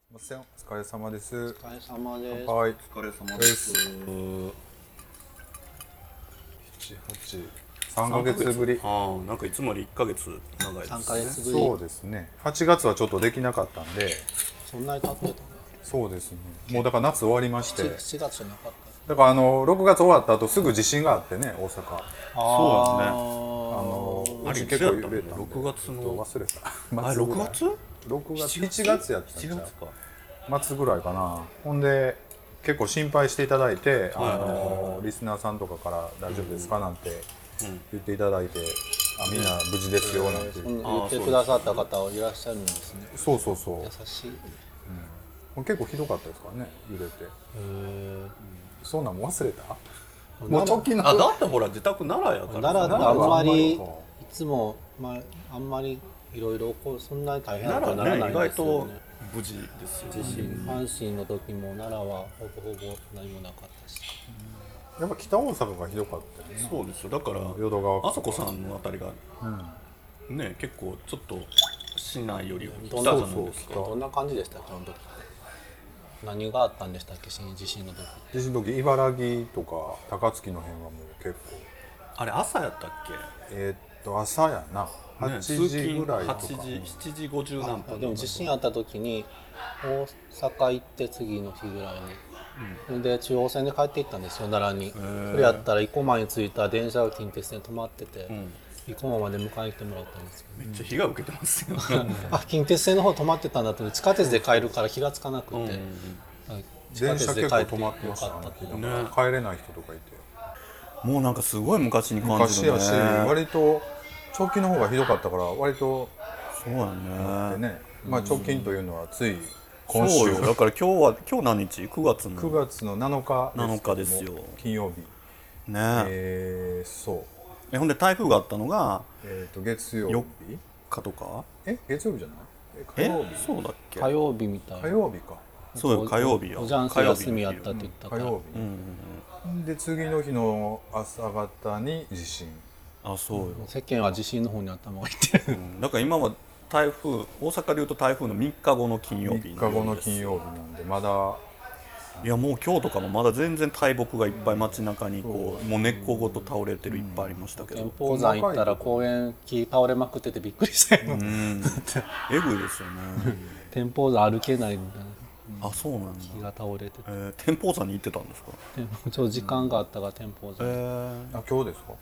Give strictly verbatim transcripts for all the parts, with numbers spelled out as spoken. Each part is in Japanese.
お疲れ様です。 お疲れ様です。 はい。 お疲れ様です。 七八三ヶ月ぶり。 ああ、なんかいつもより一ヶ月長いですね。 三ヶ月ぶり。 そうですね。八月はちょっとできなかったんで。 そんなに経ってたの？ そうですね。もうだから夏終わりまして。 しがつじゃなかった。 だからあの六月終わった後すぐ地震があってね、大阪。 そうですね。あのあれうち結構揺れたんで。 六月の忘れた。 あ、六月？ 六月七月やったんちゃう。 七月か。 末ぐらいかな。ほんで結構心配していただいて、あのリスナーさんとかから大丈夫ですかなんて言っていただいて、あ、みんな無事ですよなんて言ってくださった方いらっしゃるんですね。 そうそうそう。 優しい。 うん、結構ひどかったですからね、揺れて。へえ。 そんなんも忘れた？もう直近の。 あ、だってほら自宅奈良やから。 奈良ってあんまりいつもまああんまりいろいろこうそんなに大変なことにならないんですよね。 無事ですよ。 地震、阪神の時も奈良はほぼほぼ何もなかったし。 やっぱ北大阪がひどかったよね。 そうですよ。だから淀川あそこさんのあたりがね、結構ちょっと市内よりどんな北じゃないですか。 どんな感じでしたっけ、その時って。何があったんでしたっけ、地震の時。 地震の時茨城とか高槻の辺はもう結構。 あれ朝やったっけ？ えー、っと朝やな。はちじぐらいとか。 はちじ、しちじごじゅう何分。 でも地震あった時に大阪行って次の日ぐらいに、うん、で中央線で帰って行ったんですよ、奈良に。それやったら生駒に着いた電車が近鉄線止まってて、うん、生駒まで迎えに来てもらったんですけど、 めっちゃ被害受けてますよあ、近鉄線の方止まってたんだって地下鉄で帰るから気がつかなくて、うん、 地下鉄で帰ってよかったって、ね、帰れない人とかいて、 もうなんかすごい昔に感じるね。 昔やし割と直近の方がひどかったから割とそうやね。 ね、まあ直近というのはつい今週。 そうよ。だから今日は今日何日？くがつの。 くがつのなのかなのかですよ。 金曜日。 ねえー、そう。 えほんで台風があったのがえっと月曜日。 よっかとか？ え月曜日じゃない？ え火曜日？そうだっけ？ 火曜日みたいな。 火曜日か。 そうよ、火曜日よ。 おじゃんす休みやったって言ったから。 火曜日。うんうん、で次の日の朝方に地震。 あ、そうよ。 世間は地震の方に頭がいってる、うん、 だから今は台風、大阪でいうと台風のみっかごの金曜日みっかごの金曜日なんでまだいやもう今日とかもまだ全然大木がいっぱい街中にこうもう根っこごと倒れてるいっぱいありましたけど、 天保山行ったら公園木倒れまくっててびっくりしたよ、うん、 えぐいですよね天保山歩けないみたいな。 あ、そうなんだ。 木が倒れてて、 えー、天保山に行ってたんですか？ ちょっと時間があったから天保山、 えー、あ、今日ですか？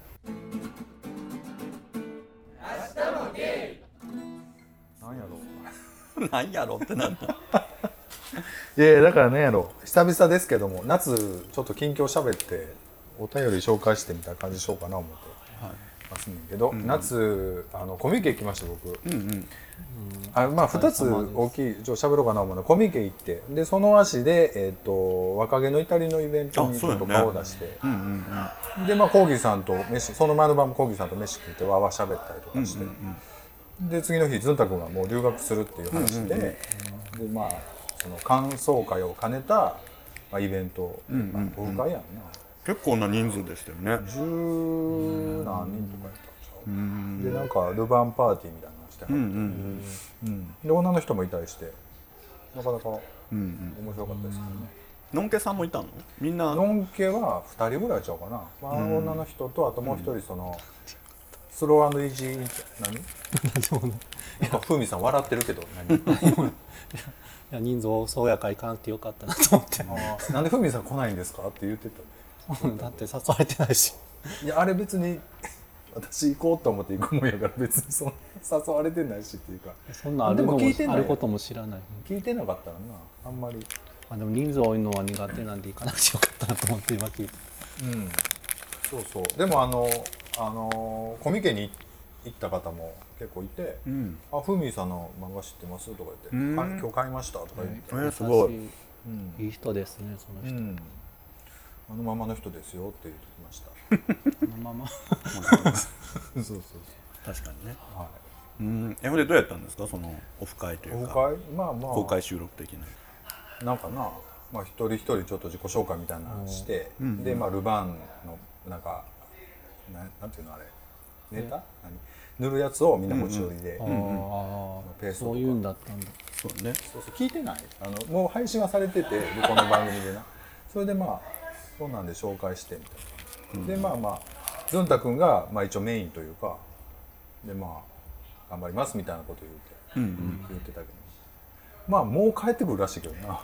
なんやろなんやろってなんだいやいやだからなんやろ久々ですけども夏ちょっと近況喋ってお便り紹介してみたいな感じしようかな思ってますねんけど、はい、夏あのコミケ行きました僕、うんうん、あまあふたつ大きいちょっと喋ろうかな思うのコミケ行ってでその足で、えー、と若気の至りのイベントにちょっと顔を出して、ねうんうんうん、でまあコーギーさんと飯その前の晩もコーギーさんと飯食ってわわ喋ったりとかして、うんうんうん、で次の日ずんたくんがもう留学するっていう話で、うんうんうん、でまあその感想会を兼ねた、まあ、イベント、うんうんうん、オフ会やんな結構な人数でしたよね十何人とかやったんちゃう、うん、でなんかルヴァンパーティーみたいなのしてはって、うんうんうん、で女の人もいたりしてなかなか面白かったですけどね、 のんけさんもいたの？みんなのんけはふたりぐらいちゃうかな、まあ、女の人とあともう一人その、うん、スロー&イージー何なんか風味さん笑ってるけど何いや人数多そうやから行かなくてよかったなと思ってあなんで風味さん来ないんですかって言ってただって誘われてないしいやあれ別に私行こうと思って行くもんやから別にそんな誘われてないしっていうかそんなあるのもあることも知らない。 聞いてなかったらなあんまりあでも人数多いのは苦手なんで行かなくてよかったなと思って今聞いてうんそうそうでもあのあのコミケに行った方も結構いて、うん、あふみさんの漫画知ってますとか言って、今日買いましたとか言って、 えー、すごい、 うん、いい人ですねその人、うん、 あのままの人ですよって言ってきましたあのままそうそう確かにね、はい、うんえほんでどうやったんですかそのオフ会というかオフ会まあまあ公開収録的ななんかなまあ一人一人ちょっと自己紹介みたいなのして、うん、でまあルヴァンのなんかななんていうのあれネタ、何塗るやつをみんな持ち寄りで、 うんうん、あペーストとかそういうんだったんだ。 そうね。 そうそう聞いてないあのもう配信はされてて向こうの番組でなそれでまあそうなんで紹介してみたいな、うん、でまあまあずんたくんが、まあ、一応メインというかでまあ頑張りますみたいなこと言うて、うんうん、言ってたけどまあもう帰ってくるらしいけどな。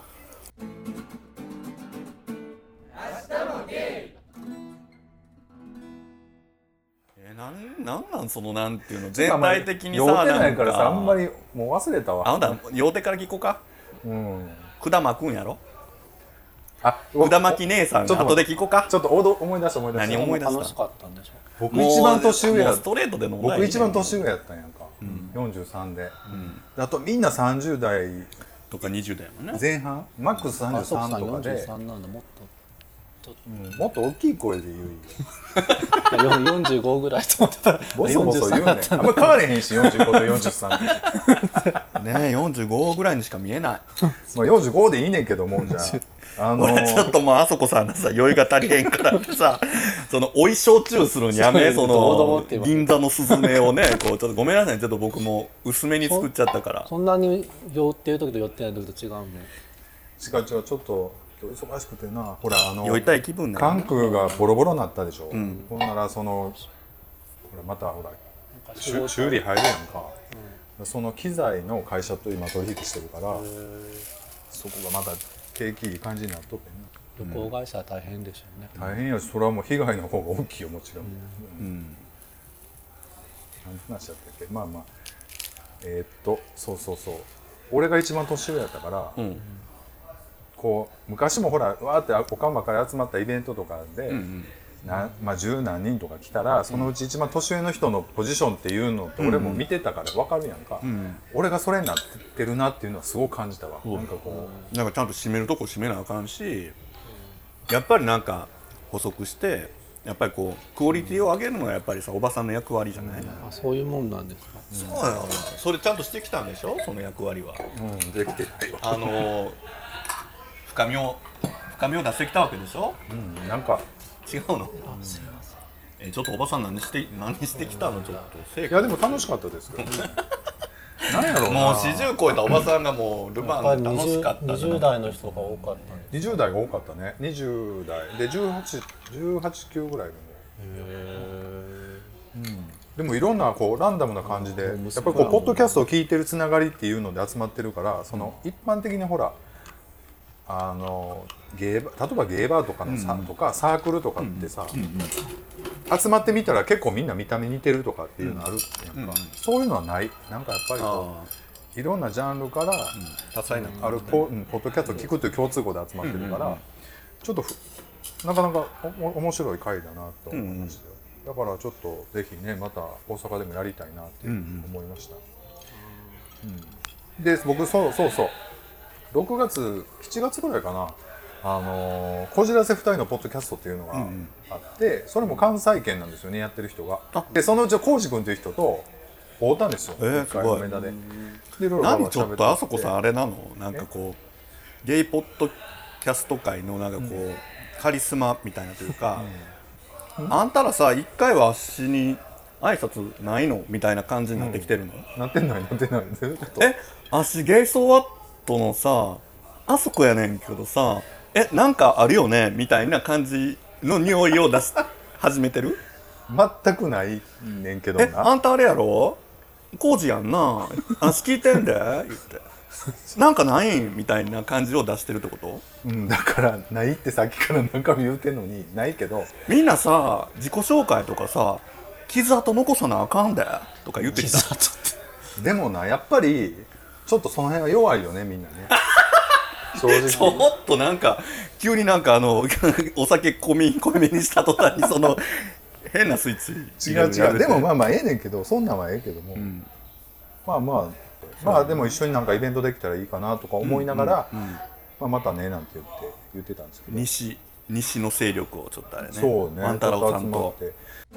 なんなんなんそのなんていうの全体的にさ酔うてないからさあんまりもう忘れたわ。 あほんだ酔うてから聞こうか。うん管巻くんやろ。あ管巻き姉さん後で聞こうか。 ちょっと思い出した思い出した。 何思い出した。 楽しかったんでしょ。 僕一番年上やストレートでの僕一番年上やったんやんか、うん、よんじゅうさんで、うん、あとみんなさんじゅう代とかにじゅう代もね前半マックスさんじゅうさんとかでよんじゅうさんなんだもっとうん、もっと大きい声で言うよよんじゅうごぐらいと思ってたらボソボソ言うねあんま変われへんしよんじゅうごとよんじゅうさんねえよんじゅうごぐらいにしか見えないまあよんじゅうごでいいねんけどもじゃあ、あのー、 俺ちょっともうあそこさんがさ酔いが足りへんからさそのおい焼酎するんやめその銀座のスズメをねこうちょっとごめんなさいちょっと僕も薄めに作っちゃったからそんなに酔ってる時と酔ってない時と違うね。 違う違うちょっと忙しくてなほらあの酔いたい気分ね関空がボロボロになったでしょ、うん、ほんならそのほらまたほら修理入るやんか、うん、その機材の会社と今取引してるからそこがまた景気いい感じになっとってね旅行会社は大変でしょうね、 うん、大変やしそれはもう被害の方が大きいよもちろん、うんうん、何の話だったっけまあまあえー、っとそうそうそう俺が一番年上やったから、うんこう昔もほらわーっておかんばかり集まったイベントとかで、うんうんなまあ、十何人とか来たらそのうち一番年上の人のポジションっていうのって俺も見てたから分かるやんか、うんうん、俺がそれになってるなっていうのはすごく感じたわ、うん、なんかこうなんかちゃんと締めるとこ締めなあかんしやっぱりなんか補足してやっぱりこうクオリティを上げるのがやっぱりさおばさんの役割じゃない、うん、 あそういうもんなんですか、 うん、そうよそれちゃんとしてきたんでしょその役割は、 うん、できてたよあの深みを深みを出してきたわけでしょ、 うん、なんか違うの、うん、すいませんえちょっとおばさん何して何してきたのちょっといやでも楽しかったですけどね何やろうなもうよんじゅう超えたおばさんがもうルパン楽しかったにじゅう代の人が多かったねにじゅう代が多かったねにじゅう代でじゅうはち、じゅうはち、きゅうぐらいでもへー、うん、でもいろんなこうランダムな感じでやっぱりこうポッドキャストを聞いてるつながりっていうので集まってるからその一般的にほらあのゲーバ例えばゲーバーとかのさ、うん、とかサークルとかってさ、うんうん、集まってみたら結構みんな見た目似てるとかっていうのあるやんか、うん、そういうのはないなんかやっぱりこういろんなジャンルから、うん、 多彩なあるポ、うん、ポッドキャストを聞くという共通語で集まってるから、うんうん、ちょっとなかなかお面白い回だなと思いましたよ、うんうん、だからちょっとぜひねまた大阪でもやりたいなって思いました、うんうんうん、で僕そうそうそうろくがつしちがつぐらいかなあのー、こじらせふたりのポッドキャストっていうのがあって、うん、それも関西圏なんですよねやってる人がでそのうちコウジ君という人と会うたんですよ、 えー、すごいでで何ちょっとあそこさあれなのなんかこうゲイポッドキャスト界のなんかこう、うん、カリスマみたいなというか、うん、あんたらさ一回はあっしに挨拶ないのみたいな感じになってきてるの、 うん、なってないなってないえあっしゲイソーワットのさあそこやねんけどさえなんかあるよねみたいな感じの匂いを出し始めてる全くないねんけどなえあんたあれやろコージやんな足聞いてんで言ってなんかないんみたいな感じを出してるってこと、 うん、だからないってさっきから何回も言うてんのにないけどみんなさ自己紹介とかさ傷跡残さなあかんでとか言ってきたでもなやっぱりちょっとその辺は弱いよねみんなね正直ちょっとなんか急になんかあのお酒込み込みにした途端にその変なスイッチ違う違うでもまあまあええねんけどそんなんはええけども、うん、まあまあまあでも一緒になんかイベントできたらいいかなとか思いながら、うんうんうんまあ、またねなんて言って言ってたんですけど西西の勢力をちょっとあれねそうね万太郎さんと明日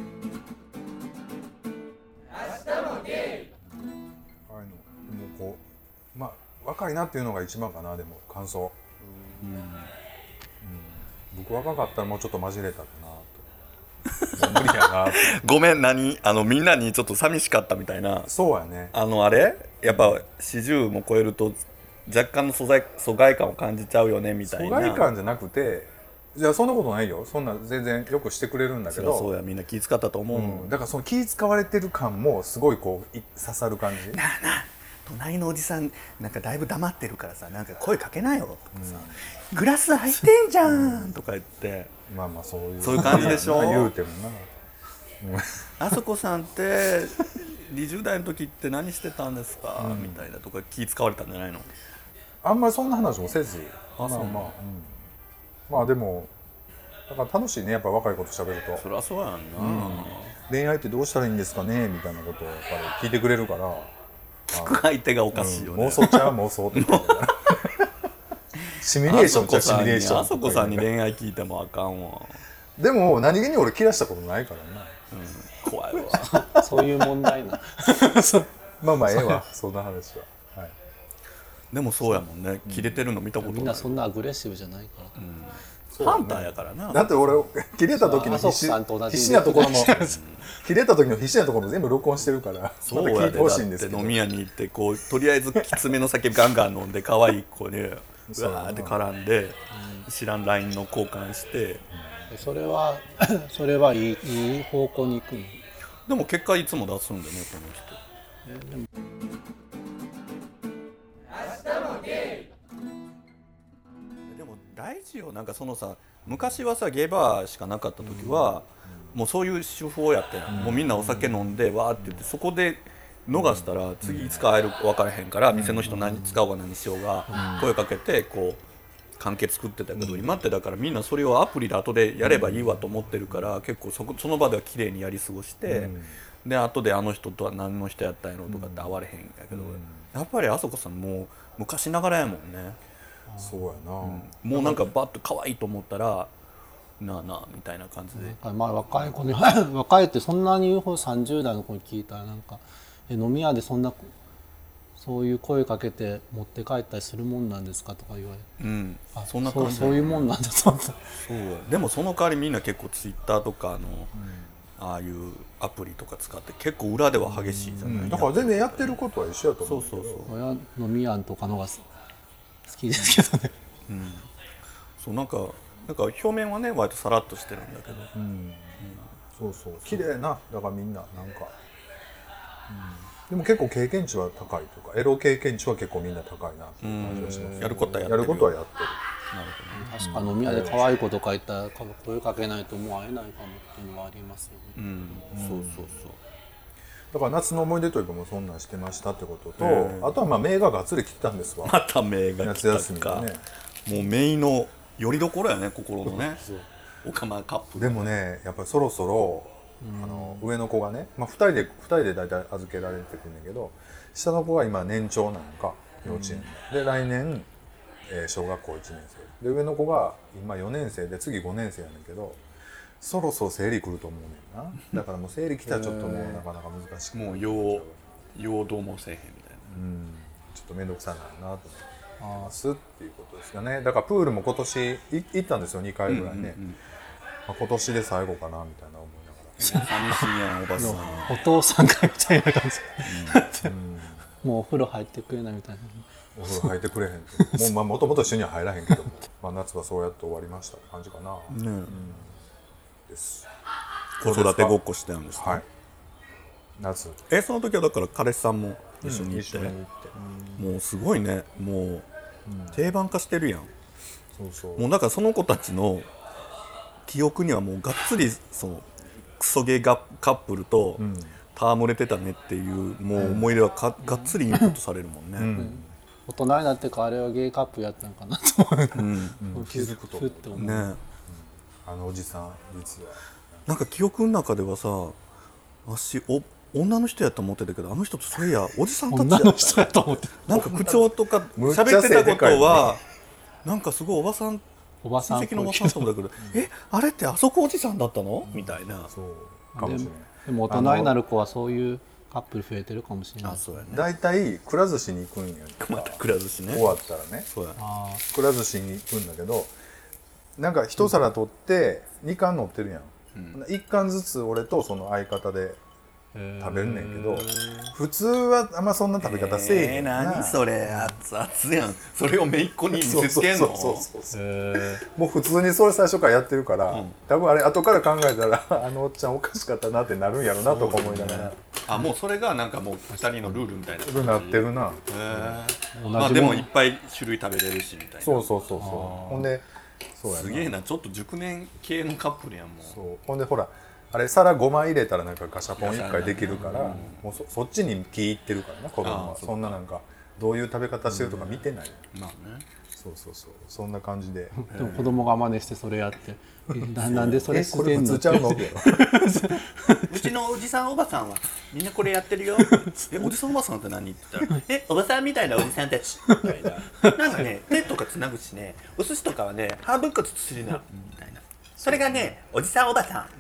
もゲイああいうのもうこうまあ若いなっていうのが一番かなでも感想、うんうん、僕若かったらもうちょっと混じれたかなと無理やなごめん何あのみんなにちょっと寂しかったみたいな。 そうやね。 あのあれやっぱよんじゅうも超えると若干の素材疎外感を感じちゃうよねみたいな。 疎外感じゃなくて、いやそんなことないよ。そんな全然よくしてくれるんだけど。 そうやみんな気使ったと思う、うん、 だからその気使われてる感もすごいこう刺さる感じ。 なあなあ隣のおじさんなんかだいぶ黙ってるからさなんか声かけなよとかさ、うん、グラス空いてんじゃんとか言って、 まあまあそういうそういう感じでしょ言うてもなあそこさんってにじゅう代の時って何してたんですか、うん、みたいなとか気使われたんじゃないの。 あんまりそんな話もせず、 あまあまあ、うん、 まあでもだから楽しいねやっぱ若い子と喋ると。 そりゃそうやんな、うん、 恋愛ってどうしたらいいんですかねみたいなことをやっぱり聞いてくれるから。 聞く相手がおかしいよね、 うん、妄想ちゃう妄想ってシミュレーションちゃうシミュレーション。 あそこさんに恋愛聞いてもあかんわ。 でも何気に俺切らしたことないからな、 うん、怖いわそういう問題なまあまあええわそんな話は、はい、 でもそうやもんね切れてるの見たことない、 みんなそんなアグレッシブじゃないから、 うん、ハンターやからな。 だって俺切れた時の必死必死なところも切れた時の必死なところも全部録音してるからそうやで、だって飲み屋に行ってこうとりあえずきつめの酒ガンガン飲んで可愛い子にうわーって絡んで知らん ライン の交換して、 それはそれはいい、いい方向に行くの。 でも結果いつも出すんでねこの人。えでも明日もゲイでも大事よ。なんかそのさ昔はさゲイバーしかなかった時は、うん、もうそういう手法やって、うん、もうみんなお酒飲んでわーって言ってそこで逃したら次いつか会えるか分からへんから店の人何使おうが何しようが声かけてこう関係作ってたけど、今ってだからみんなそれをアプリで後でやればいいわと思ってるから結構 そ, その場では綺麗にやり過ごして、で後であの人とは何の人やったんやろとかって会われへんやけど、やっぱりあそこさんもう昔ながらやもんね。 そうやな、うん、 もうなんかバッと可愛いと思ったらなあなあみたいな感じで、 まあ、若い子に若いってそんなに言うほどさんじゅう代の子に聞いたらなんかえ飲み屋でそんなそういう声かけて持って帰ったりするもんなんですかとか言われて、 うん、 あそんな感じ。 そう、そういうもんなんだと思った。 そうでもその代わりみんな結構ツイッターとかの、うん、ああいうアプリとか使って結構裏では激しいじゃない、うん、 だから全然やってることは一緒やと思うけど。 そうそうそう、 俺は飲み屋とかのが好きですけどね、 うん、そうなんかなんか表面はね割とさらっとしてるんだけど、うんうん、 そうそう綺麗なだからみんななんか、うん、でも結構経験値は高いとかエロ経験値は結構みんな高いなっていう感じがします、ね、 やることはやってる。 やることはやってる。 なるほど、ね、確か飲み屋で可愛い子とかいたら声かけないともう会えないかもっていうのはありますよね、うん、 そうそうそう。 だから夏の思い出というかもそんなんしてましたってことと、あとはまあ名ががっつり来たんですわ。 また名が来たか。夏休みでね。もう名のよりどころやね心のね。オカマカップ。 でもねやっぱりそろそろ、うん、あの上の子がね、まあ、ふたりでふたりで大体預けられてくるんだけど下の子が今年長なのか幼稚園で、うん、で来年、えー、小学校いちねん生で上の子が今よねん生で次ごねん生やねんけど。そろそろ生理来ると思うねんな。だからもう生理来たらちょっともうなかなか難しくもうようようどうもせえへんみたいな、 うん、ちょっと面倒くさいなと思ってますっていうことですかね。だからプールも今年い行ったんですよにかいぐらいね、うんうんうん、まあ、今年で最後かなみたいな思いながら寂しいやんおばさんお父さんがみたいな感じ、うんうん、もうお風呂入ってくれないみたいな。 お風呂入ってくれへんともう、まあ、もともと一緒には入らへんけども、まあ、夏はそうやって終わりましたって感じかな、ね、うんです。 子育てごっこしてるんですか。はい、 夏えその時はだから彼氏さんも一緒に行って、うん、ってもうすごいねもう、うん、定番化してるやん。 そうそうもうだからその子たちの記憶にはもうがっつりそのクソゲーカップルと戯れてたねっていうもう思い出はか、うん、がっつりインプットされるもんね、うん、 大人になってからあれはゲイカップルやったのかなと思う、うんうん、気づくとふって思うね。 あのおじさん実はなんか記憶の中ではさ私お女の人やと思ってたけどあの人とそれやおじさんたちや女の人やと思ってなんか口調とか喋ってたことはなんかすごいおばさんおばさん親戚のおばさんと思ったけどえあれってあそこおじさんだったの、うん、みたいな。 そうかもしれない。で, でも大人になる子はそういうカップル増えてるかもしれない。 あそうやね。 だいたいくら寿司に行くんやんかまたくら寿司ね終わったらねそうやくら寿司に行くんだけどなんか一皿取ってに貫乗ってるやん、 うん、いっかんずつ俺とその相方で食べるねんけど、普通はあんまそんな食べ方せえへんな。 えー、何それ熱々やん。それを姪っ子に見せつけんの？ そうそうそうそう、えー、もう普通にそれ最初からやってるから、うん、多分あれ後から考えたらあのおっちゃんおかしかったなってなるんやろなとか思いながら、 あ、もうそれがなんかもうふたりのルールみたいなルールになってるな。 へー、まあでもいっぱい種類食べれるしみたいな。 そうそうそうそう。ほんでそうやな、すげえな、ちょっと熟年系のカップルやんもう。 そうほんでほらあれ皿ごまい入れたらなんかガシャポンいっかいできるから、うん、もう そ, そっちに気いってるからな子供は。そんななんかどういう食べ方してるとか見てない、 うん、まあね、 そうそうそう、そんな感じででも子供が真似してそれやってな, なんでそれしてんのって。 うちのおじさんおばさんはみんなこれやってるよえ、おじさんおばさんって何って言ったらえ、おばさんみたいなおじさんたちみたいななんかね、手とかつなぐしね、お寿司とかはね半分こずつするなみたいな、それがねおじさんおばさん。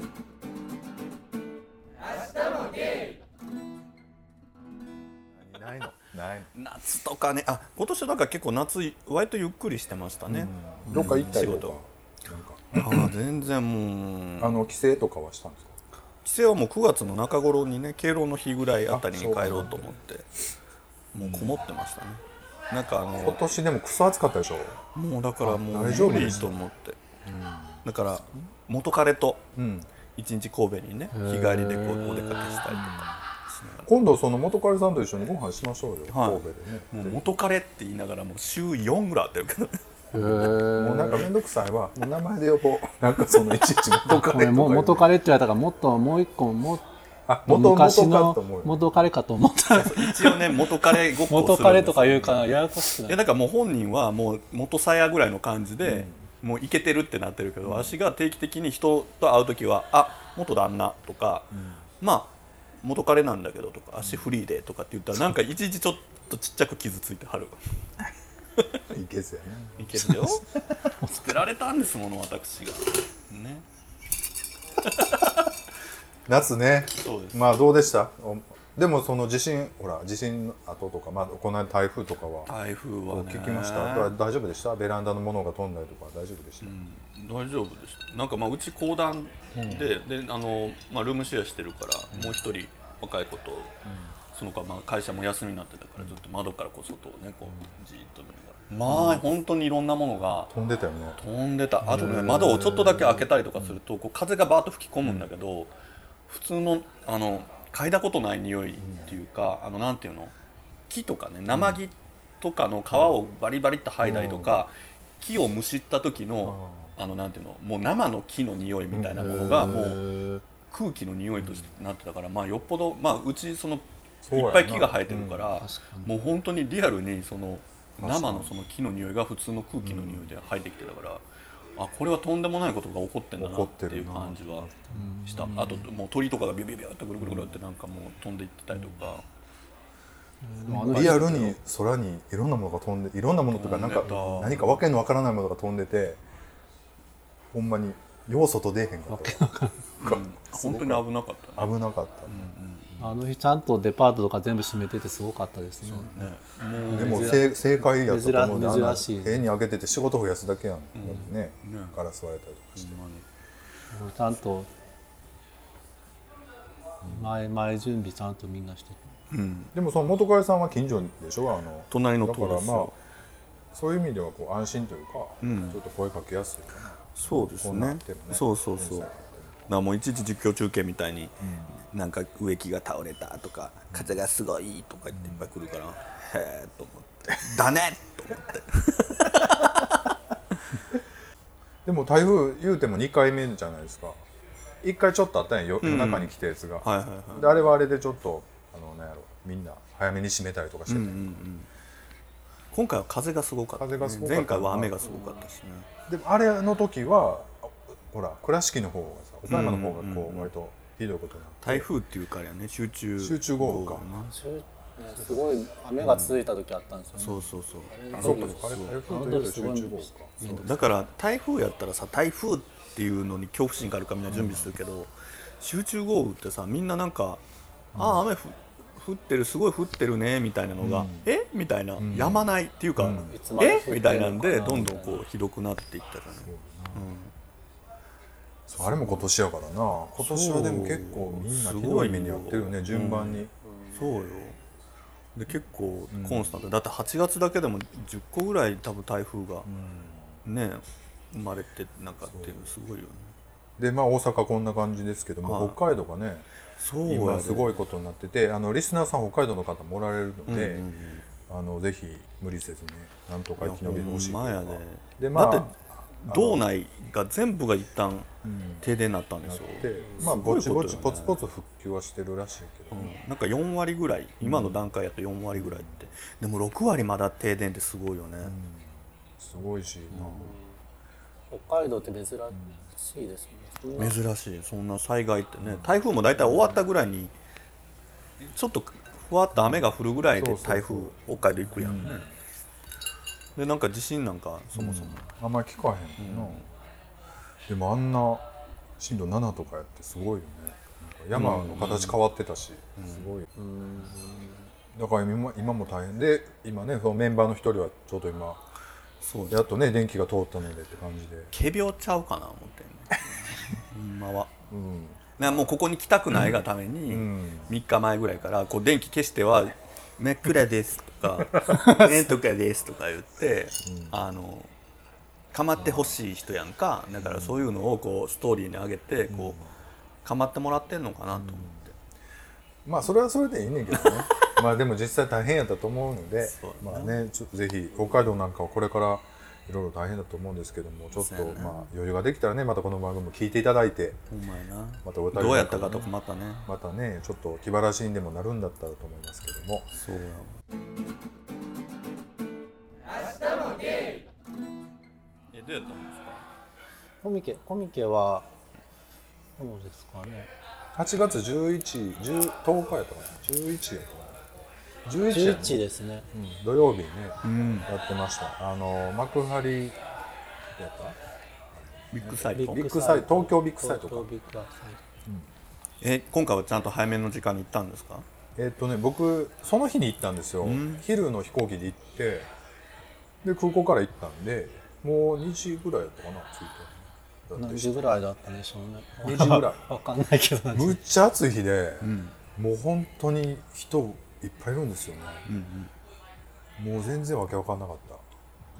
ないのないの。 夏とかね、あ、今年だから結構夏割とゆっくりしてましたね、 うん、どっか行ったりとか、 なんかあ全然もうあの帰省とかはしたんですか？ 帰省はもうくがつの中頃にね、敬老の日ぐらいあたりに帰ろうと思ってもうこもってましたね。なんかあの今年でもクソ暑かったでしょ。 もうだからもう無理と思って、うん、だから元彼と一日神戸にね、日帰りでこうお出かけしたりとか。 今度その元彼さんと一緒にご飯しましょうよ、はい、神戸でね。 もう元彼って言いながらもう週よんぐらいあってるけどへもうなんかめんどくさいわ、名前で呼ぼう。なんかそのいちいち元彼とかも元彼って言われたからもっともう一個もあ元昔の元彼かと思った一応ね元彼ごっこするんですよ。 元彼とか言うからややこしくない。 いやだからもう本人はもう元さやぐらいの感じで、うん、もうイケてるってなってるけど、私が定期的に人と会う時はあ元旦那とか、うん、まあ元彼なんだけどとか足フリーでとかって言ったらなんかいちいちちょっとちっちゃく傷ついてはるいけずやね。 いけるよ捨てられたんですもの私がね夏ね。 そうです。 まあどうでした？でもその地震ほら地震後とか、まあ、この間台風とかは台風はね聞きました。大丈夫でした？ベランダのものが飛んだりとか大丈夫でした？うん、 大丈夫でした。なんかまあうち公団で、うん、であの、まあ、ルームシェアしてるから、うん、もう一人若い子と、うん、その子はまあ会社も休みになってたからずっと窓からこう外をねこうじーっと見ながら、まあ、うん、本当にいろんなものが飛んでたよね。 飛んでた。あとね窓をちょっとだけ開けたりとかするとこう風がバーッと吹き込むんだけど、うん、普通のあの嗅いだことない匂いっていうか、あのなんていうの木とかね生木とかの皮をバリバリっと剥いだりとか、木をむしった時のあのなんていうのもう生の木の匂いみたいなものがもう空気の匂いとしてなってたから、まあよっぽどまあうちそのいっぱい木が生えてるから、もう本当にリアルにその生のその木の匂いが普通の空気の匂いで入ってきてたから。あこれはとんでもないことが起こってんだなっていう感じはした。あともう鳥とかがビュビュビュってぐるぐるぐるってなんかもう飛んでいってたりとか、 うん、リアルに空にいろんなものが飛んでいろんなものとかなんか何かわけのわからないものが飛んでて、ほんまに要素と出えへんかった、 うん、本当に危なかった、 ね、危なかった、うんうん、 あの日ちゃんとデパートとか全部閉めててすごかったですね。 でも正解やったと思うんで、 珍しい部屋に開けてて仕事増やすだけやん、うんね、ガラス割れたりとかして、 うん、ちゃんと前前準備ちゃんとみんなしてて、 うん、でもその元彼さんは近所でしょ、あの隣のだからまあそういう意味ではこう安心というか、うん、ちょっと声かけやすいかな。 そうです ね, ねそうそうそう。だからもういちいち実況中継みたいに、うん、なんか植木が倒れたとか、うん、風がすごいとか言っていっぱい来るから、うん、へえと思ってだねと思ってでも台風言うてもにかいめじゃないですか。いっかいちょっとあったんや、夜中に来たやつが、うんはいはいはい、であれはあれでちょっとあのなんやろみんな早めに閉めたりとかしてた、うんうんうん、 今回は風がすごかった、ね、風がすごかった。前回は雨がすごかったしね。 でもあれの時はほら倉敷の方がさ、岡山の方がこう割とひどいことになって、 台風っていうからやね、集中集中豪雨か、 すごい雨が続いた時あったんですよね、 うん、そうそうそう、 あそうかそうか、台風というと集中豪雨か。 だから台風やったらさ、台風っていうのに恐怖心があるからみんな準備するけど、うん、集中豪雨ってさみんななんか、うん、ああ雨ふ降ってるすごい降ってるねみたいなのが、うん、えみたいな、うん、止まないっていうか、うん、えみたいなんでどんどんこうひどくなっていったじゃない、 そうあれも今年やからな。今年はでも結構みんなひどい目に遭ってるよね、順番に、うん、 そうよ。で結構コンスタント、うん、だってはちがつだけでもじゅっこぐらい多分台風がね、生まれてなんかっていうのすごいよね。でまあ大阪こんな感じですけども、北海道がねそう今すごいことになってて、あのリスナーさん北海道の方もおられるので、うんうんうん、あのぜひ無理せずねなんとか生き延びてほしいというか。 で、まあ、だって道内が全部が一旦停電になったんですよ、 うん、まあぼちぼちポツポツ復旧はしてるらしいけど、 うん、なんかよんわりぐらい今の段階やとよんわりぐらいって、うん、でもろくわりまだ停電ってすごいよね、うん、 すごいし、 うん、北海道って珍しいですね。 珍しい。そんな災害ってね、台風もだいたい終わったぐらいにちょっとふわっと雨が降るぐらいで台風北海道行くやんね、うん、でなんか地震なんかそもそも、 うん、あんまり聞かへんの、うん、でもあんな震度ななとかやってすごいよね。なんか山の形変わってたし、うん、すごい、うん、だから今、今も大変で、今ねそのメンバーの一人はちょうど今そうやっとね電気が通ったのでって感じで仮病ちゃうかな思ってん今は、うん、なもうここに来たくないがために、うん、みっかまえぐらいからこう電気消しては「真っ暗です」とか「なんとかです」とか言って、うん、あの構ってほしい人やんか。だからそういうのをこうストーリーに上げてこう構ってもらってんのかなと思って、 うん、まあそれはそれでいいねんけどねまあでも実際大変やったと思うのでまあねちょっとぜひ北海道なんかはこれからいろいろ大変だと思うんですけども、ちょっとまあ余裕ができたらねまたこの番組も聞いていただいて、 またお便りどうやったかとかまたねまたねちょっと気晴らしにでもなるんだったらと思いますけども。そうや明日もゲイ。えどうやったんですか。 コミケコミケはどうですかね。 はちがつじゅういち、じゅう、とおかやったかな。じゅういちやったかな。 じゅういち, じゅういちですね、 うん、土曜日ね、うん、やってました。あの幕張やったビッグサイト、 ビッグサイト、東京ビッグサイトか。東京ビッグサイト、 うん、え今回はちゃんと早めの時間に行ったんですか。 えーっとね僕その日に行ったんですよ、うん、昼の飛行機で行ってで空港から行ったんでもうにじぐらいやったかな着いて。何時ぐらいだったんでしょうね。にじぐらいわかんないけどむっちゃ暑い日で、うん、もう本当に人いっぱいいるんですよね、うんうん、もう全然わけわかんなかった。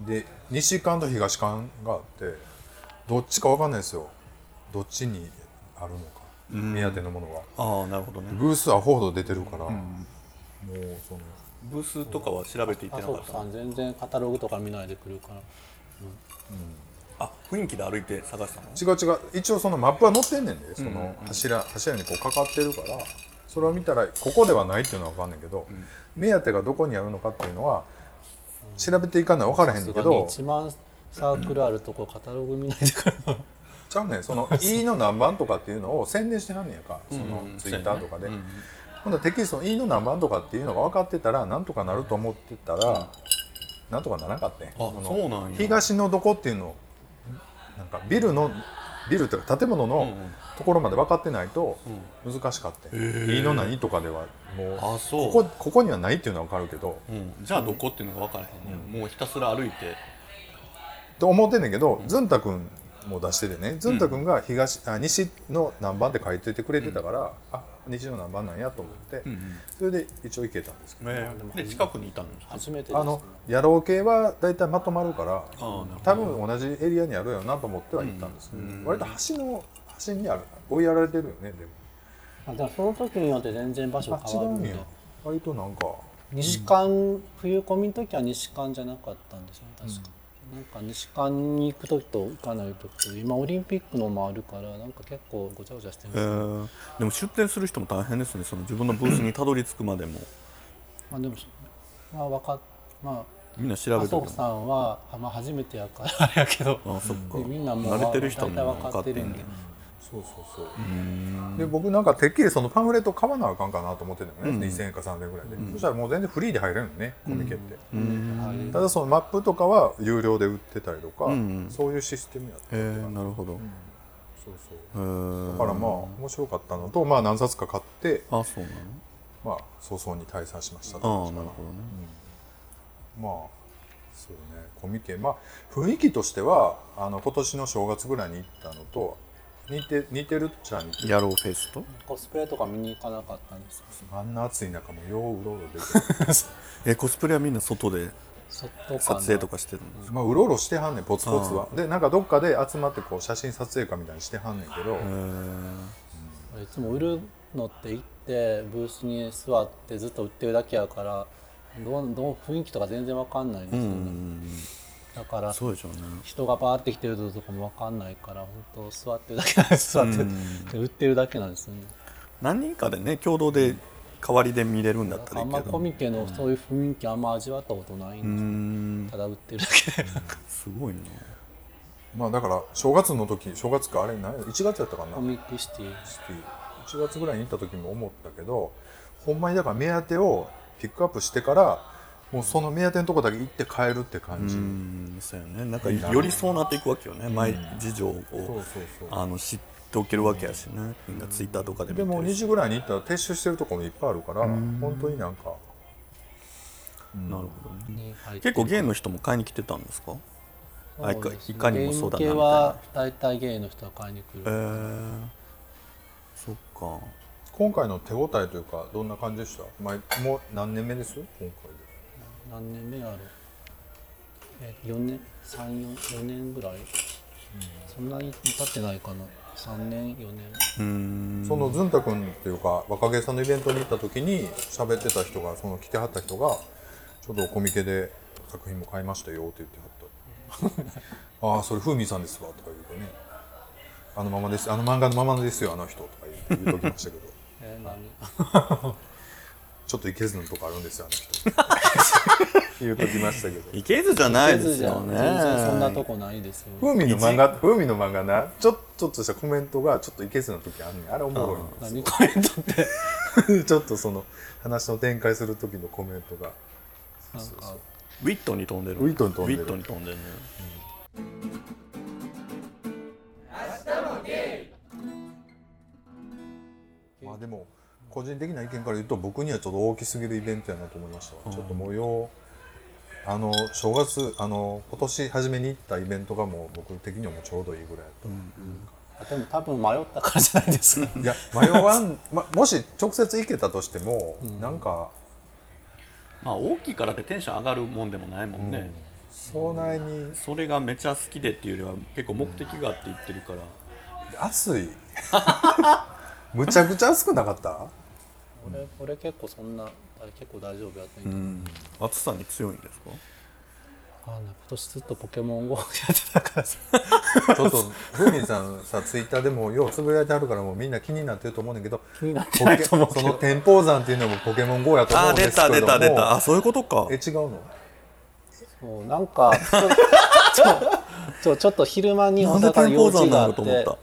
で西館と東館があってどっちかわかんないですよ。どっちにあるのか、うん、目当てのものが。 ああなるほどね。 ブースはほど出てるから、うん、もうそのブースとかは調べていってなかった。 あそうさん全然カタログとか見ないで来るから、うんうん、 あ雰囲気で歩いて探したの。 違う違う一応そのマップは載ってんねんで、その柱、柱にこうかかってるからそれを見たらここではないっていうのは分かんないけど、うん、目当てがどこにあるのかっていうのは調べていかないと分からへんねんけど、 いちまんサークルあるとこカタログ見ないでくるのちゃうねん。その E の何番とかっていうのを宣伝してはんねんやか、そのツイッターとかで、うんうん、今度テキストの E の何番とかっていうのが分かってたらなんとかなると思ってたら、うん、なんとかならなかったん。 あそうなんや。 東のどこっていうのなんかビルのビルっていうか建物のところまで分かってないと難しかった。うん、E の何とかではもうあそうここここにはないっていうのは分かるけど、 うん、じゃあどこっていうのが分からへんね、うん、もうひたすら歩いてと思ってんねんけど、ずんたくんも出しててね、ずんたくんが東、あ西の何番って書いててくれてたから、うん、あ西の何番なんやと思って、うんうん、それで一応行けたんですけど、 えー、で近くにいたの初めてです、 ね、あの野郎系はだいたいまとまるから多分同じエリアにあるよなと思っては行ったんですけど、うんうん、割と橋の端にある追いやられてるよね。でもあだからその時によって全然場所変わるんで、 割となんか西館、うん、冬コミの時は西館じゃなかったんですよ確か、うん、なんか西館に行く時と行かない時と今オリンピックのもあるからなんか結構ごちゃごちゃしてるんです、 えー、でも出店する人も大変ですね。その自分のブースにたどり着くまでもまあでもまあ分かっまあみんな調べてる。 麻生さんは、まあ、初めてやからあれやけど、 あそっかみんなもう慣れてる人も分かってるんで、 そうそうそう。うで僕なんかてっきりそのパンフレット買わなあかんかなと思ってるのね、うん、にせんえんかさんぜんえんぐらいで、うん、そしたらもう全然フリーで入れるのね、コミケって、うん、ただそのマップとかは有料で売ってたりとか、うん、そういうシステムやったりとか。 へーなるほど、うん、 そうそうだからまあ面白かったのと、まあ何冊か買って、 あそうなの、 まあ早々に退散しました。 ああなるほどね、 うん、まあそうねコミケまあ雰囲気としてはあの今年の正月ぐらいに行ったのと似て似てるっちゃ似てる。 ヤローフェストコスプレとか見に行かなかったんですか？ あんな暑い中もよううろうろ出てるえコスプレはみんな外で外かな撮影とかしてるんですか？ まあうろうろしてはんねん、ポツポツは。でなんかどっかで集まってこう写真撮影会みたいにしてはんねんけど、 いつも売るのって行ってブースに座ってずっと売ってるだけやからどうどう雰囲気とか全然わかんないんですよね。だからそうでしょうね。 人がバーって来てるとかもわかんないから本当座ってるだけなんです。座ってで売ってるだけなんですよね。 何人かでね共同で代わりで見れるんだったらあんまいいけど、 コミケのそういう雰囲気あんま味わったことないんですよ。ただ売ってるだけで。 すごいな。 まあだから正月の時、正月かあれ何いちがつやったかな、 コミックシティシティいちがつぐらいに行った時も思ったけど、ほんまにだから目当てをピックアップしてからもうその目当てのとこだけ行って帰るって感じ。 うんそうやね。なんかよりそうなっていくわけよね。前事情をそうそうそうあの知っておけるわけやしね。みんなツイッターとかで見てるし。 でもにじぐらいに行ったら撤収してるところもいっぱいあるから本当になんか、 なるほどね。 に入って結構ゲイの人も買いに来てたんですか？あいかいかにもそうだなみたいゲイ系な。 は大体ゲイの人は買いに来る。 えー、そっか。 今回の手応えというかどんな感じでした？前もう何年目です今回で？ 何年目やろう、えよねんさん、よねんぐらい、うん、そんなに経ってないかな、さんねんよねん。 うーんそのずんたくんっていうか若芸さんのイベントに行った時に喋ってた人が、その来てはった人がちょっとコミケで作品も買いましたよって言ってはったああそれふみさんですわとか言うとね、あのままです、あの漫画のままですよあの人とか言って言うときましたけどえー、何ちょっといけずのとこあるんですよあの人言うときましたけど、 いけずじゃないですよね。 全然そんなとこないですよ。 ふみの漫画、ふみの漫画な、ちょちょっとしたコメントがちょっといけずの時あんねん。あれおもろいんですよ。 何コメントってちょっとその話の展開する時のコメントがなんかウィットに飛んでる。 ウィットに飛んでるウィットに飛んでるね。 まあでも個人的な意見から言うと僕にはちょっと大きすぎるイベントやなと思いました、うん、ちょっと模様あの正月あの今年初めに行ったイベントがもう僕的にはもうちょうどいいぐらいだった、 うんうん、でも多分迷ったからじゃないですか。 いや迷わん、ま、もし直接行けたとしても、うん、なんかまあ大きいからってテンション上がるもんでもないもんね、うん、 そないにそれがめちゃ好きでっていうよりは結構目的があって言ってるから、 うん、暑いむちゃくちゃ暑くなかった？ 俺, 俺結構そんな結構大丈夫やったんやけど、うん、 暑さに強いんですか？ あ今年ずっとポケモン ゴー やってたからさちょっとふみさんさツイッターでもようつぶやいてあるからもうみんな気になってると思うんだけど、 気になってないと思うけどその天保山っていうのもポケモン ゴー やと思うんですけども、 あ出た出た出た、あそういうことか。 え違うの？ そうなんかちょちょちょっと昼間に大阪の用事があって、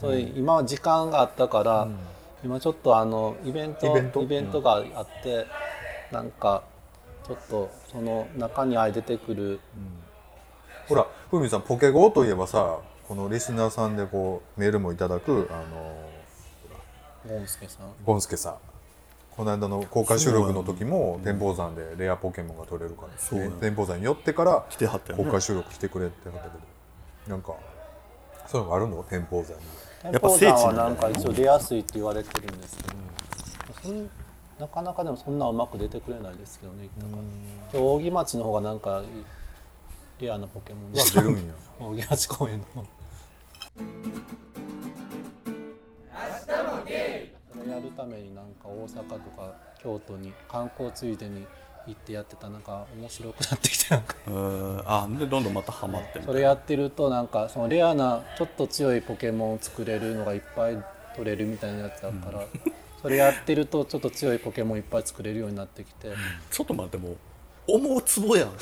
うん、今は時間があったから、うん、今ちょっとあのイベントイベント、イベントがあって、うん、なんかちょっとその中にあい出てくる、うん、 ほらふみさんポケゴーといえばさ、このリスナーさんでこうメールもいただくあのゴンスケさんゴンスケさんこの間の公開収録の時も天保山でレアポケモンが取れるから、ね、天保山に寄ってから公開収録来てくれってはったけど、なんかそういうのがあるの？天保山に天保山はなんか一応出やすいって言われてるんですけど、うん、なかなかでもそんなうまく出てくれないですけどね。今日扇町の方がなんかレアなポケモンで出るんや扇町公園のそれやるためになんか大阪とか京都に観光ついでに行ってやってた、なんか面白くなってきて、なんかあでどんどんまたハマってそれやってるとなんかそのレアなちょっと強いポケモンを作れるのがいっぱい取れるみたいなやつだから、うん、それやってるとちょっと強いポケモンいっぱい作れるようになってきて、うん、 ちょっと待ってもう思うつぼやん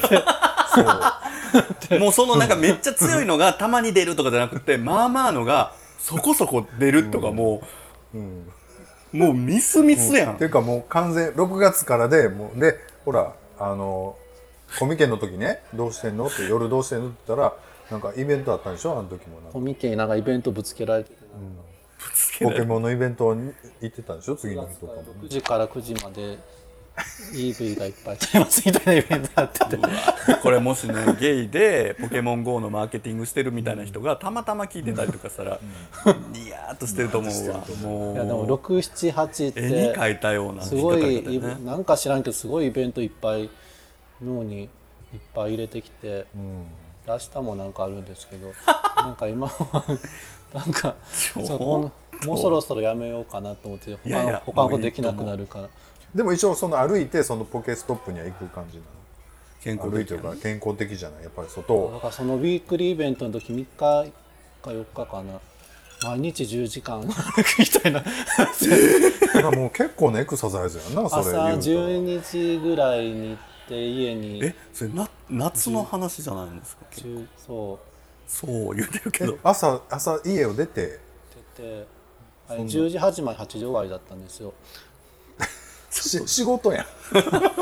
そうもうそのなんかめっちゃ強いのがたまに出るとかじゃなくてまあまあのがそこそこ出るとかもう、うんうん、もうミスミスやん。 っていうかもう完全ろくがつからでもうでほらあのコミケの時ねどうしてんのって夜どうしてんのって言ったらなんかイベントあったんでしょあの時もなんかコミケになんかイベントぶつけられて、 うん、ポケモンのイベントに行ってたんでしょ次の日とかも、ね、 くじからくじまでイーブイ がいっぱい取れますみたいなイベントやっててこれもしねゲイでポケモン ゴー のマーケティングしてるみたいな人がたまたま聞いてたりとかしたらニヤーっとしてると思うわ。もういやでもろく、なな、はちって絵に描いたようなすごい、 引っかかり方ね、 なんか知らんけどすごいイベントいっぱい脳にいっぱい入れてきて、うん、明日もなんかあるんですけどなんか今はなんかもうそろそろやめようかなと思って他の他のことできなくなるから。 でも一応その歩いてそのポケストップには行く感じなの。 健康的、ね、 歩いてるから健康的じゃないやっぱり外。 だからそのウィークリーイベントの時みっかかよっかかな毎日じゅうじかん歩くみたいなもう結構なエクササイズやんなそれ言うたら。 朝じゅうにじぐらいに行って家にえそれな夏の話じゃないんですか。 そうそう言うてるけど朝朝家を出て出てじゅうじはちじまではちじ終わりだったんですよし仕事やん大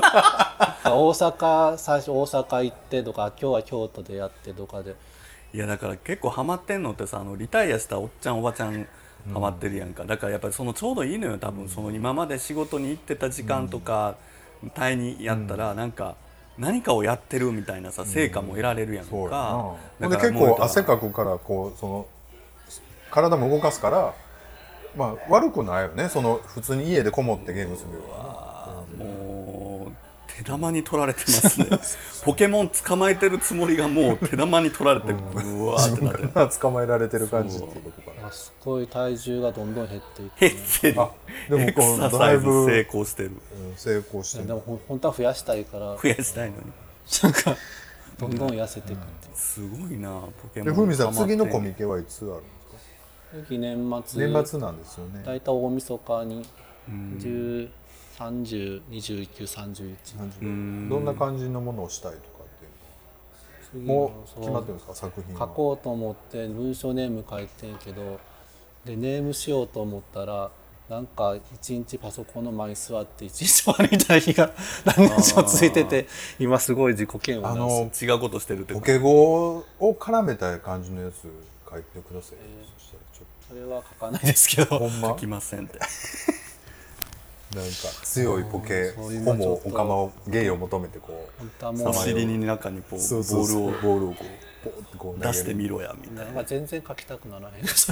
阪最初大阪行ってとか今日は京都でやってとかでいやだから結構ハマってんのってさあのリタイアしたおっちゃんおばちゃんハマってるやんか、うん、だからやっぱりそのちょうどいいのよ多分その今まで仕事に行ってた時間とかタイにやったらなんか何かをやってるみたいなさ成果も得られるやんか、 うん、で結構汗かくからこうその体も動かすからまあ悪くないよねその普通に家でこもってゲームするよりは、 うん、もう手玉に取られてますねポケモン捕まえてるつもりがもう手玉に取られてうわーってなって自分から捕まえられてる感じっていうことかな。 すごい体重がどんどん減っていって、ね、 減ってる。あでもエクササイズ成功してる、 うん、成功してる。 でも本当は増やしたいから増やしたいのになんかどんどん痩せていくって、うん、 すごいなポケモン。 ふみさん次のコミケはいつあるんですか。 次年末年末なんですよね。 大体大晦日にじゅう、さんじゅう、にじゅうく、さんじゅういちどんな感じのものをしたいとかっていうのもう決まってるんですか作品は。 書こうと思って文章ネーム書いてんけどでネームしようと思ったらなんか一日パソコンの前に座って一日終わりみたいな日が何日も続いてて今すごい自己嫌悪なんです。 違うことしてるってポケ語を絡めた感じのやつ書いてください、えー、そしたらちょっとそれは書かないですけどほんま書きませんってなんか強いポケホモオカマをゲイを求めてこうお尻に中にこうボールをボールをこうポーってこう出してみろやみたいな。 全然書きたくならへんと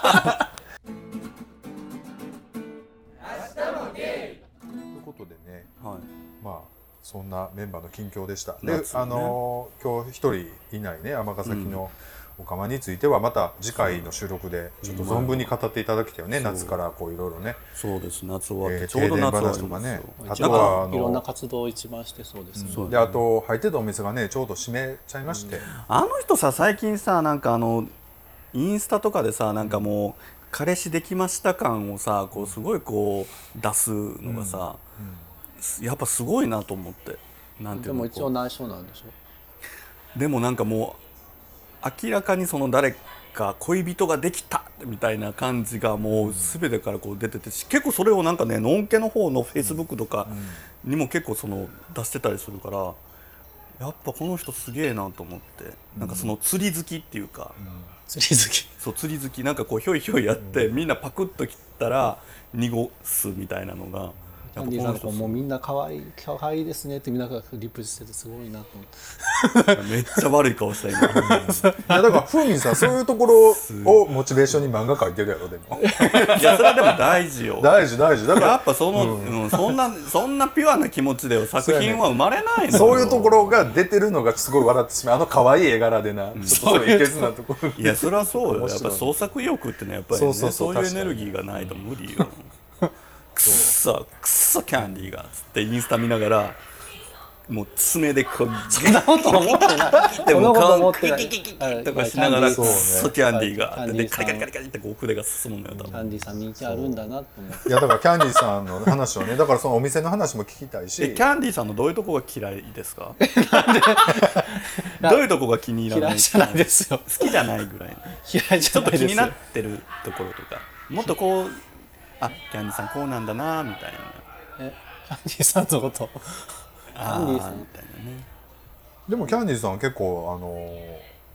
いうことでね、はい、まあそんなメンバーの近況でした。で、ね、あの今日一人いないね尼崎のオカマについてはまた次回の収録でちょっと存分に語っていただきたいよね、うん、夏からこういろいろね。 そうです夏終わって、えー、 ちょうど夏終わりとかね。 あとはあのいろんな活動を一番してそうですね。 うん、であと入ってたお店がねちょうど閉めちゃいまして、うん、 あの人さ最近さなんかあのインスタとかでさなんかもう、うん彼氏できました感をさこうすごいこう出すのがさ、うんうん、やっぱすごいなと思ってなんていうのでも一応内緒なんでしょ。でもなんかもう明らかにその誰か恋人ができたみたいな感じがもう全てからこう出てて結構それをなんかねのんけの方のフェイスブックとかにも結構その出してたりするからやっぱこの人すげえなと思ってなんかその釣り好きっていうか、うん釣り好きそう釣り好きなんかこうひょいひょいやって、うん、みんなパクッと切ったら濁すみたいなのがキャンディーさんもうみんな可愛い可愛いですねってみんながリプしててすごいなと思ってめっちゃ悪い顔した今いやだからふみさんそういうところをモチベーションに漫画描いてるやろでもいやそれはでも大事よ大事大事だからやっぱその、うんうん、そんなそんなピュアな気持ちで作品は生まれないのよそういうところが出てるのがすごい笑ってしまうあの可愛い絵柄でな、うん、ちょっといけずなところいやそれはそうよやっぱ創作意欲ってねやっぱりねそうそうそうそういうエネルギーがないと無理よくっそくっそキャンディーがつってインスタ見ながらもう爪でこうそんなこと思ってないでも顔キキキキキとかしながらくっそキャンディーがでカリカリカリカリってこう筆が進むのよ多分キャンディーさん人気あるんだなと思っていやだからキャンディーさんの話をねだからそのお店の話も聞きたいしキャンディーさんのどういうとこが嫌いですかどういうとこが気に入らない嫌いじゃないですよ好きじゃないぐらい嫌いじゃないですよちょっと気になってるところとかもっとこうあキャンディーさんこうなんだなみたいなえキャンディーさんのことキャンディーさんみたいなねでもキャンディーさんは結構あの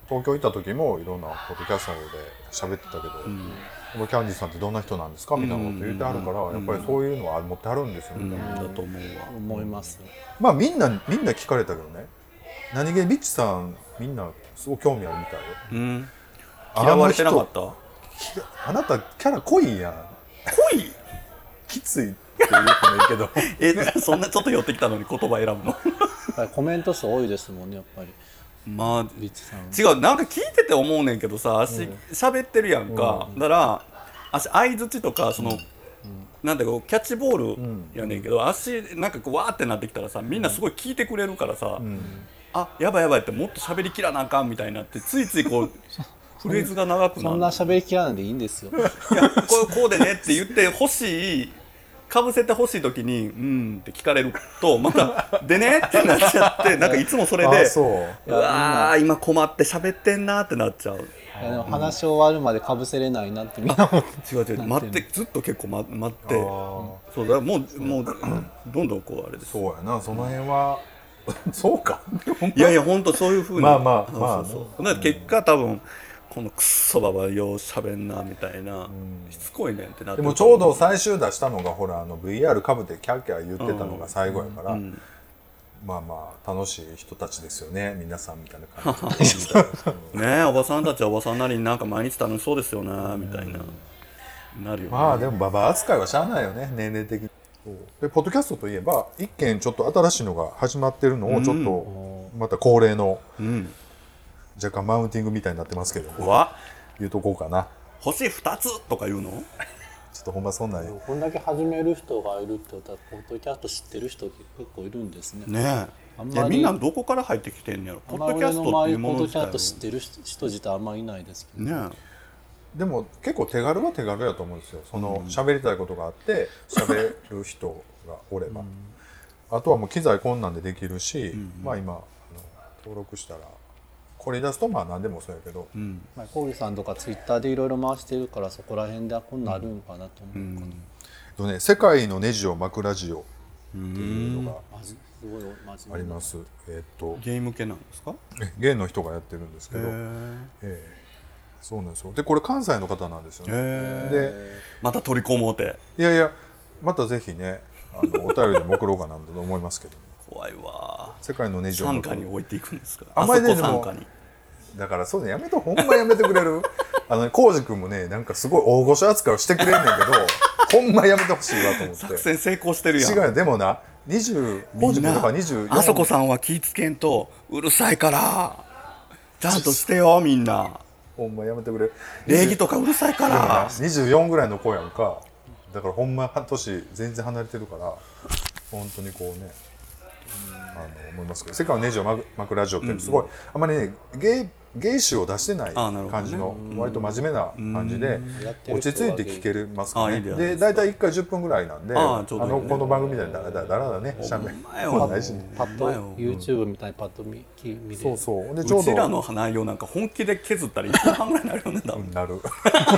東京行った時もいろんなポッドキャストで喋ってたけど、うん、キャンディーさんってどんな人なんですかみたいなこと言ってはるから、うん、やっぱりそういうのは持ってはるんですよね、 うん、だと思うわ思います。 まあみんなみんな聞かれたけどね、何気にビッチさんみんなすごい興味あるみたいよ、 うん、嫌われてなかった？ あなたキャラ濃いやん。 濃い？ きついって言ってもいいけどえ、そんなちょっと寄ってきたのに言葉選ぶのコメント数多いですもんねやっぱり。 まあビッチさん違う、なんか聞いてて思うねんけどさ、足喋ってるやんか、うん、だから足相づちとかその、うん、なんていうかキャッチボールやねんけど、うん、足なんかこうわーってなってきたらさ、みんなすごい聞いてくれるからさ、うん、あやばいやばいってもっと喋りきらなあかんみたいになってついついこうフレーズが長くなる。 そんな喋りきらないでいいんですよ。いやこうこうでねって言ってほしい。かぶせてほしい時にうんって聞かれるとまたでねってなっちゃってなんかいつもそれであそううわー今困って喋ってんなってなっちゃう。 いやでも話終わるまでかぶせれないなってみんな思って違う違う待ってずっと結構、ま、待ってそうだもうもうどんどんこうあれですそうやなその辺はそうかいやいや本当そういうふうにまあまあまあそうそうそう結果多分このクソババようしゃべんなみたいな、うん、しつこいねんってなってでもちょうど最終出したのがほらあの ブイアール かぶってキャーキャー言ってたのが最後やから、うんうん、まあまあ楽しい人たちですよね皆さんみたいな感じねえおばさんたちはおばさんなりになんか毎日楽しそうですよねみたいな、うん、なるよね。 まあでもババア扱いはしゃあないよね年齢的に。でポッドキャストといえば一件ちょっと新しいのが始まってるのをちょっとまた恒例の、うん若干マウンティングみたいになってますけど言うとこうかな。 星ふたつとか言うの？ ちょっとほんまそんなにこんだけ始める人がいるってことはポッドキャスト知ってる人結構いるんですね。 ねえあんまりいやみんなどこから入ってきてんのやろ。ポッドキャストっていうもの自体ポッドキャスト知ってる人自体あんまりいないですけど、 ねえでも結構手軽は手軽やと思うんですよ。その喋、うん、りたいことがあって喋る人がおれば、うん、あとはもう機材こんなんでできるし、うん、まあ今あの登録したらこれ出すとまあ何でもそうやけど、 うんまあ、コーリさんとかツイッターでいろいろ回してるからそこら辺ではこんなあるんかなと思うかな、うんうんね、世界のネジを巻くラジオっていうのがあります。えー、っとゲーム系なんですか？ ゲーの人がやってるんですけど、えー、そうなんですよ。でこれ関西の方なんですよね。でまた取り込もうていやいやまたぜひねあのお便りでも送ろうかなと思いますけど怖いわ。 世界のネジを傘下に置いていくんですか？ あんまりねでもだからそうねやめとほんまやめてくれるあのねコウジ君もねなんかすごい大御所扱いをしてくれんねんけどほんまやめてほしいわと思って作戦成功してるやん。 違うでもなにじゅうコウジ君とかにじゅうよんあそこさんは気ぃつけんとうるさいからちゃんとしてよみんなほんまやめてくれ礼儀とかうるさいからにじゅうよんぐらいの子やんかだからほんま年全然離れてるから本当にこうねあの思いますけど世界のネジを巻くラジオってすごい、うんうん、あんまりねゲイ芸種を出してない感じの、ね、割と真面目な感じで落ち着いて聞けますかね。で大体いっかいじゅっぷんぐらいなんでああのこの番組みたいにだらだらだらだねしゃべるパッと YouTube みたいにパッと見見そうそうでちょうどうちらの内容なんか本気で削ったらいちじはんぐらいになるよね多分なる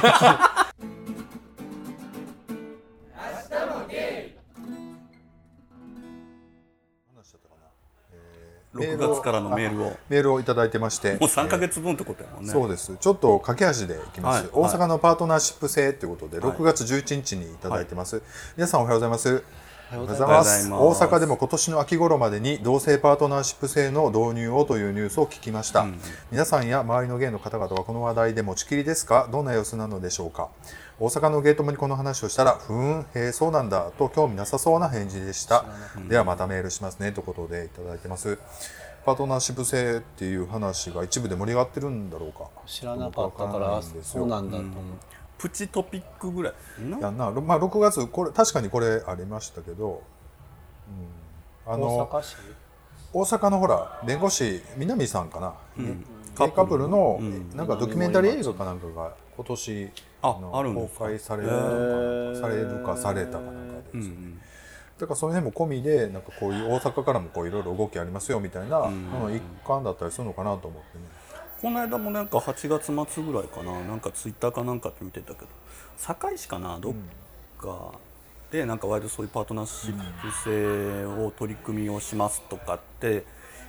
ろくがつからのメールをメールをいただいてましてもうさんかげつぶんってことやもんね、 えー、そうですちょっと駆け足でいきます、はい、大阪のパートナーシップ制ということで、はい、ろくがつじゅういちにちにいただいてます、はい、皆さんおはようございます。おはようございます。大阪でも今年の秋頃までに同性パートナーシップ制の導入をというニュースを聞きました、うん、皆さんや周りのゲイの方々はこの話題で持ちきりですか？どんな様子なのでしょうか？大阪のゲイ友にこの話をしたらふーん、へーそうなんだと興味なさそうな返事でした、うん、ではまたメールしますねということでいただいてます。パートナーシップ制っていう話が一部で盛り上がってるんだろうか。 知らなかったからそうなんだと思う、うん、 プチトピックぐらいいやな、まあ、ろくがつこれ確かにこれありましたけど、 うん、あの大阪市大阪のほら弁護士南さんかな、うん、ゲイカップルの、うん、なんかドキュメンタリー映画かなんかが今年公開されるかされるかされたかなんかで、うんうん、だからその辺も込みでなんかこういう大阪からもこういろいろ動きありますよみたいな、うん、の一環だったりするのかなと思ってね。 この間もなんかはちがつまつぐらいかななんかツイッターかなんかで見てたけど堺市かなどっかでなんか割とそういうパートナーシップ制を取り組みをしますとかって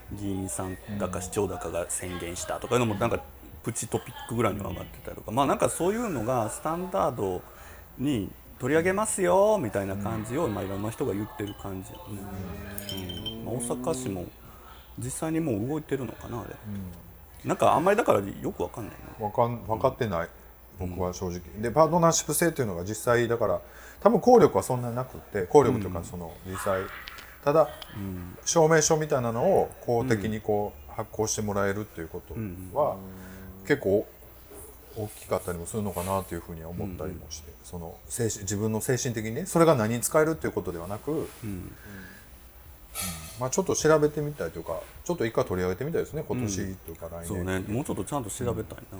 議員さんだか市長だかが宣言したとかいうのもなんかプチトピックぐらいには上がってたりとか、まあなんかそういうのがスタンダードに取り上げますよみたいな感じを、まあ、いろんな人が言ってる感じ、うんうんまあ、大阪市も実際にもう動いてるのかなあれ、うん、なんかあんまりだからよくわかんないな、 わかん分かってない、うん、僕は正直でパートナーシップ制というのが実際だから多分効力はそんなになくて効力というかその実際ただ、うん、証明書みたいなのを公的にこう発行してもらえるっていうことは、うん、結構大きかったりもするのかなというふうには思ったりもして、うん、その精神自分の精神的にねそれが何に使えるっていうことではなく、うんうんまあ、ちょっと調べてみたいというかちょっと一回取り上げてみたいですね今年というか来年、 うん、そうねもうちょっとちゃんと調べたいな、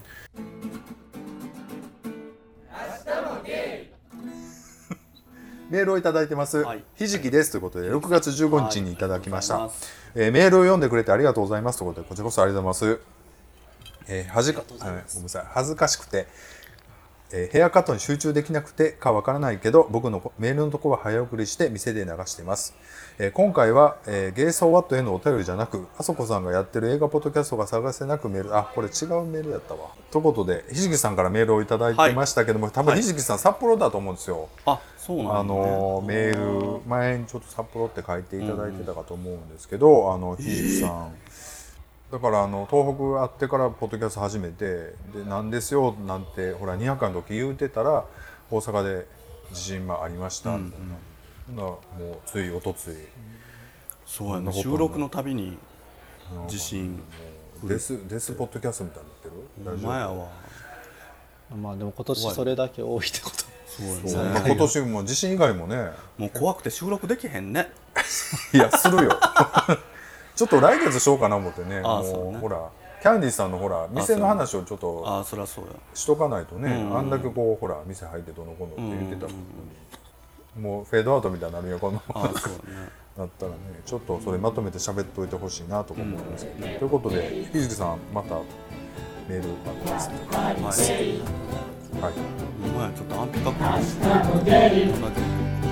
メールをいただいてます、はい、ひじきですということでろくがつじゅうごにちにいただきました、はいえー、メールを読んでくれてありがとうございますということでこちらこそありがとうございます、えー、はじかごめんなさい恥ずかしくて、えー、ヘアカットに集中できなくてかわからないけど僕のメールのところは早送りして店で流しています、えー、今回は、えー、ゲイソーワットへのお便りじゃなくあそこさんがやってる映画ポッドキャストが探せなくメールあこれ違うメールやったわということでひじきさんからメールをいただいてましたけども、はい、多分ひじきさん、はい、札幌だと思うんですよあそうなんだ、ね、 あのメール前にちょっと札幌って書いていただいてたかと思うんですけど、うん、あのひじきさん、えー、だからあの東北あってからポッドキャスト始めてでなんですよなんてほらにひゃくかいの時言うてたら大阪で地震がありましたみたいな、うんうん、もうついおとついそうやね収録のたびに地震デスデスポッドキャストみたいになってる前はまあでも今年それだけ多いってことそうそう今年も地震以外もねもう怖くて収録できへんねいやするよちょっと来月しようかな思ってねあもう、 ね、 ほらキャンディーさんのほら店の話をちょっとあそりゃそうやしとかないとね、うん、あんだけこうほら店入ってどのこのって言ってたのに、うん、もうフェードアウトみたいになるよこのあそう、ね、 だったらねちょっとそれまとめて喋っといてほしいなとか思いますけど、ねうん、ということでひじきさんまたメール待ってますはい、はい、 今やちょっと安否確認して